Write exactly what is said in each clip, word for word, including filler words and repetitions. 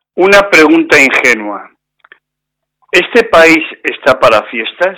Una pregunta ingenua. ¿Este país está para fiestas?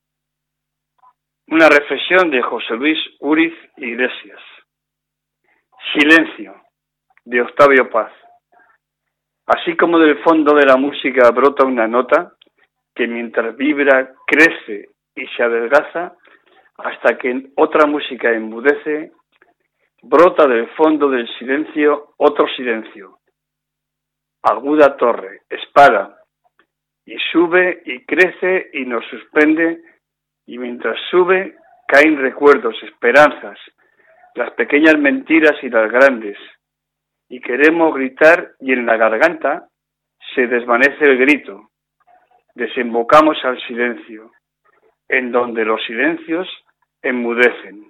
Una reflexión de José Luis Uriz Iglesias. Silencio, de Octavio Paz. Así como del fondo de la música brota una nota que mientras vibra crece y se adelgaza hasta que en otra música enmudece, brota del fondo del silencio otro silencio. Aguda torre, espada, y sube y crece y nos suspende, y mientras sube caen recuerdos, esperanzas, las pequeñas mentiras y las grandes, y queremos gritar y en la garganta se desvanece el grito. Desembocamos al silencio, en donde los silencios enmudecen.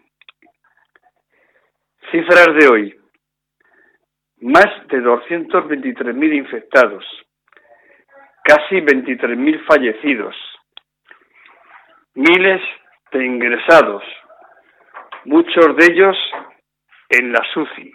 Cifras de hoy. Más de doscientos veintitrés mil infectados, casi veintitrés mil fallecidos, miles de ingresados, muchos de ellos en la S U C I,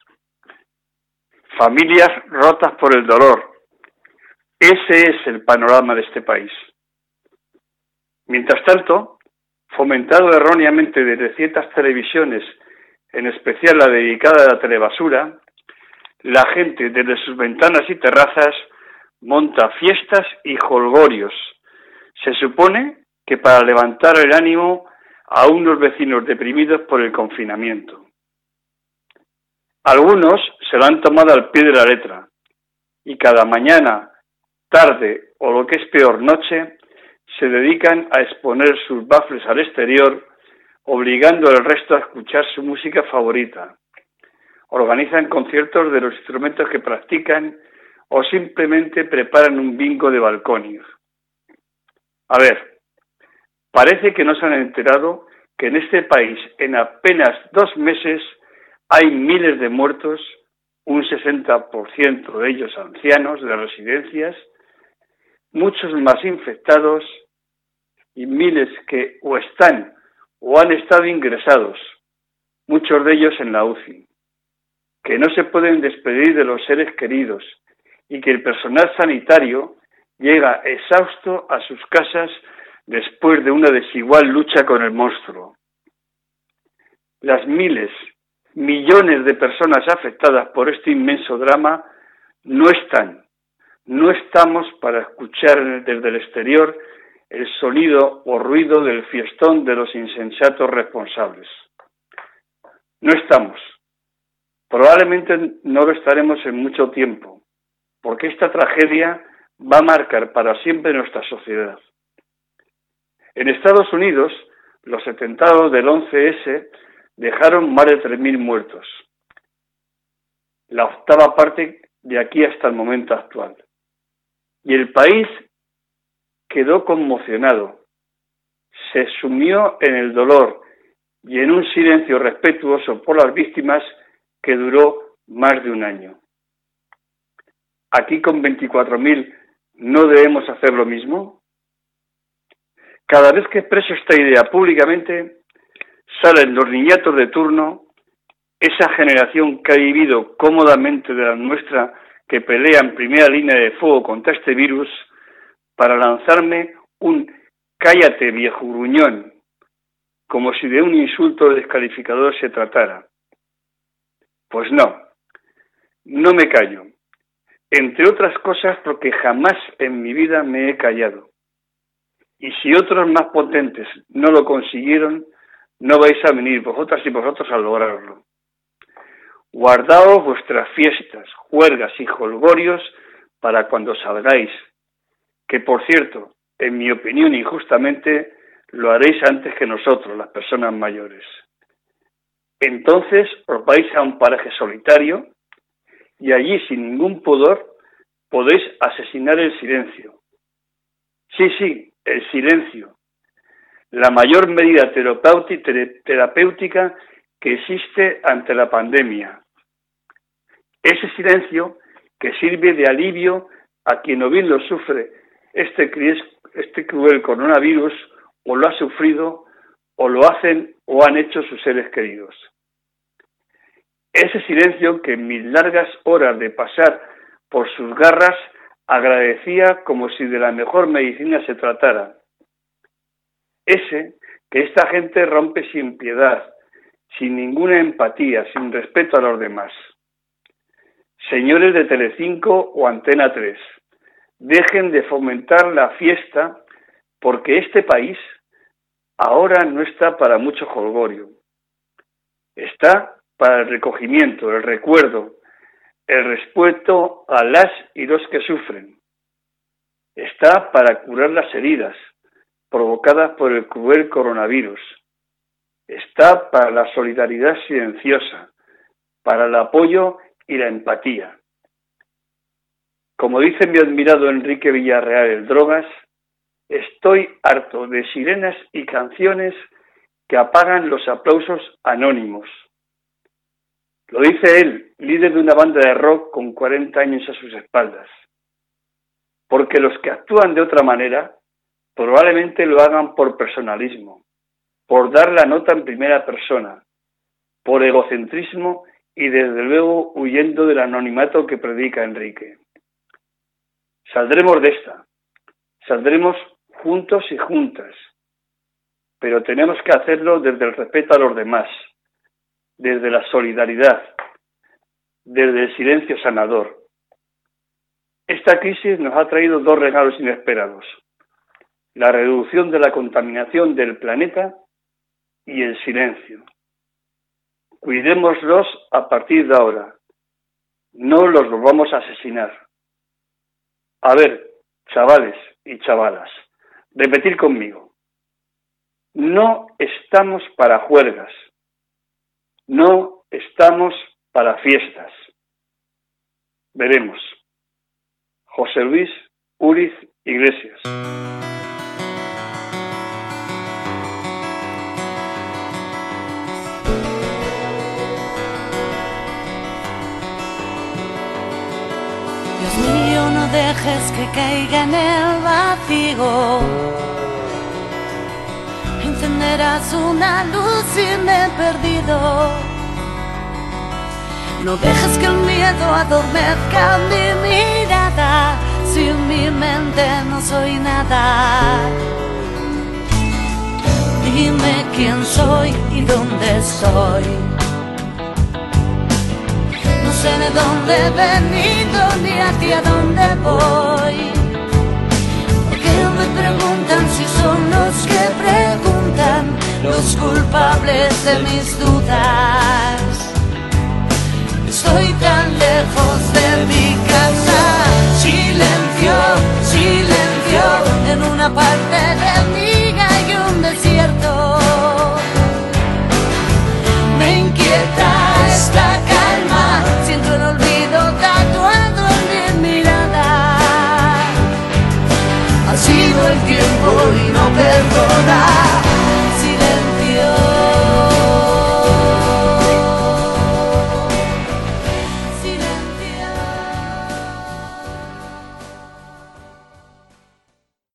familias rotas por el dolor. Ese es el panorama de este país. Mientras tanto, fomentado erróneamente desde ciertas televisiones, en especial la dedicada a la telebasura, la gente desde sus ventanas y terrazas monta fiestas y jolgorios. Se supone que para levantar el ánimo a unos vecinos deprimidos por el confinamiento. Algunos se lo han tomado al pie de la letra y cada mañana, tarde o lo que es peor, noche, se dedican a exponer sus baffles al exterior, obligando al resto a escuchar su música favorita. Organizan conciertos de los instrumentos que practican o simplemente preparan un bingo de balconios. A ver, parece que no se han enterado que en este país en apenas dos meses hay miles de muertos, un sesenta por ciento de ellos ancianos de residencias, muchos más infectados y miles que o están o han estado ingresados, muchos de ellos en la U C I, que no se pueden despedir de los seres queridos y que el personal sanitario llega exhausto a sus casas después de una desigual lucha con el monstruo. Las miles, millones de personas afectadas por este inmenso drama no están, no estamos para escuchar desde el exterior el sonido o ruido del fiestón de los insensatos responsables. No estamos. Probablemente no lo estaremos en mucho tiempo, porque esta tragedia va a marcar para siempre nuestra sociedad. En Estados Unidos, los atentados del once ese dejaron más de tres mil muertos, la octava parte de aquí hasta el momento actual. Y el país quedó conmocionado, se sumió en el dolor y en un silencio respetuoso por las víctimas que duró más de un año. ¿Aquí con veinticuatro mil no debemos hacer lo mismo? Cada vez que expreso esta idea públicamente, salen los niñatos de turno, esa generación que ha vivido cómodamente de la nuestra, que pelea en primera línea de fuego contra este virus, para lanzarme un cállate viejo gruñón, como si de un insulto descalificador se tratara. Pues no, no me callo, entre otras cosas porque jamás en mi vida me he callado. Y si otros más potentes no lo consiguieron, no vais a venir vosotras y vosotros a lograrlo. Guardaos vuestras fiestas, juergas y jolgorios para cuando salgáis, que por cierto, en mi opinión injustamente, lo haréis antes que nosotros, las personas mayores. Entonces os vais a un paraje solitario y allí sin ningún pudor podéis asesinar el silencio. Sí, sí, el silencio. La mayor medida terapéutica que existe ante la pandemia. Ese silencio que sirve de alivio a quien o bien lo sufre este, este cruel coronavirus o lo ha sufrido o lo hacen o han hecho sus seres queridos. Ese silencio que en mis largas horas de pasar por sus garras, agradecía como si de la mejor medicina se tratara. Ese que esta gente rompe sin piedad, sin ninguna empatía, sin respeto a los demás. Señores de Telecinco o Antena tres, dejen de fomentar la fiesta porque este país ahora no está para mucho jolgorio. Está para el recogimiento, el recuerdo, el respeto a las y los que sufren. Está para curar las heridas provocadas por el cruel coronavirus. Está para la solidaridad silenciosa, para el apoyo y la empatía. Como dice mi admirado Enrique Villarreal el Drogas, estoy harto de sirenas y canciones que apagan los aplausos anónimos. Lo dice él, líder de una banda de rock con cuarenta años a sus espaldas. Porque los que actúan de otra manera probablemente lo hagan por personalismo, por dar la nota en primera persona, por egocentrismo y desde luego huyendo del anonimato que predica Enrique. Saldremos de esta, saldremos juntos y juntas, pero tenemos que hacerlo desde el respeto a los demás, desde la solidaridad, desde el silencio sanador. Esta crisis nos ha traído dos regalos inesperados: la reducción de la contaminación del planeta y el silencio. Cuidémoslos a partir de ahora, no los volvamos a asesinar. A ver, chavales y chavalas, repetir conmigo. No estamos para juergas, no estamos para fiestas. Veremos. José Luis Uriz Iglesias. Dios mío, no dejes que caiga en el vacío. Encenderás una luz y me he perdido. No dejes que el miedo adormezca mi mirada. Sin mi mente no soy nada. Dime quién soy y dónde estoy. No sé de dónde he venido ni hacia dónde voy. Porque me preguntan si son los que preguntan, los culpables de mis dudas. Estoy tan lejos de mi casa.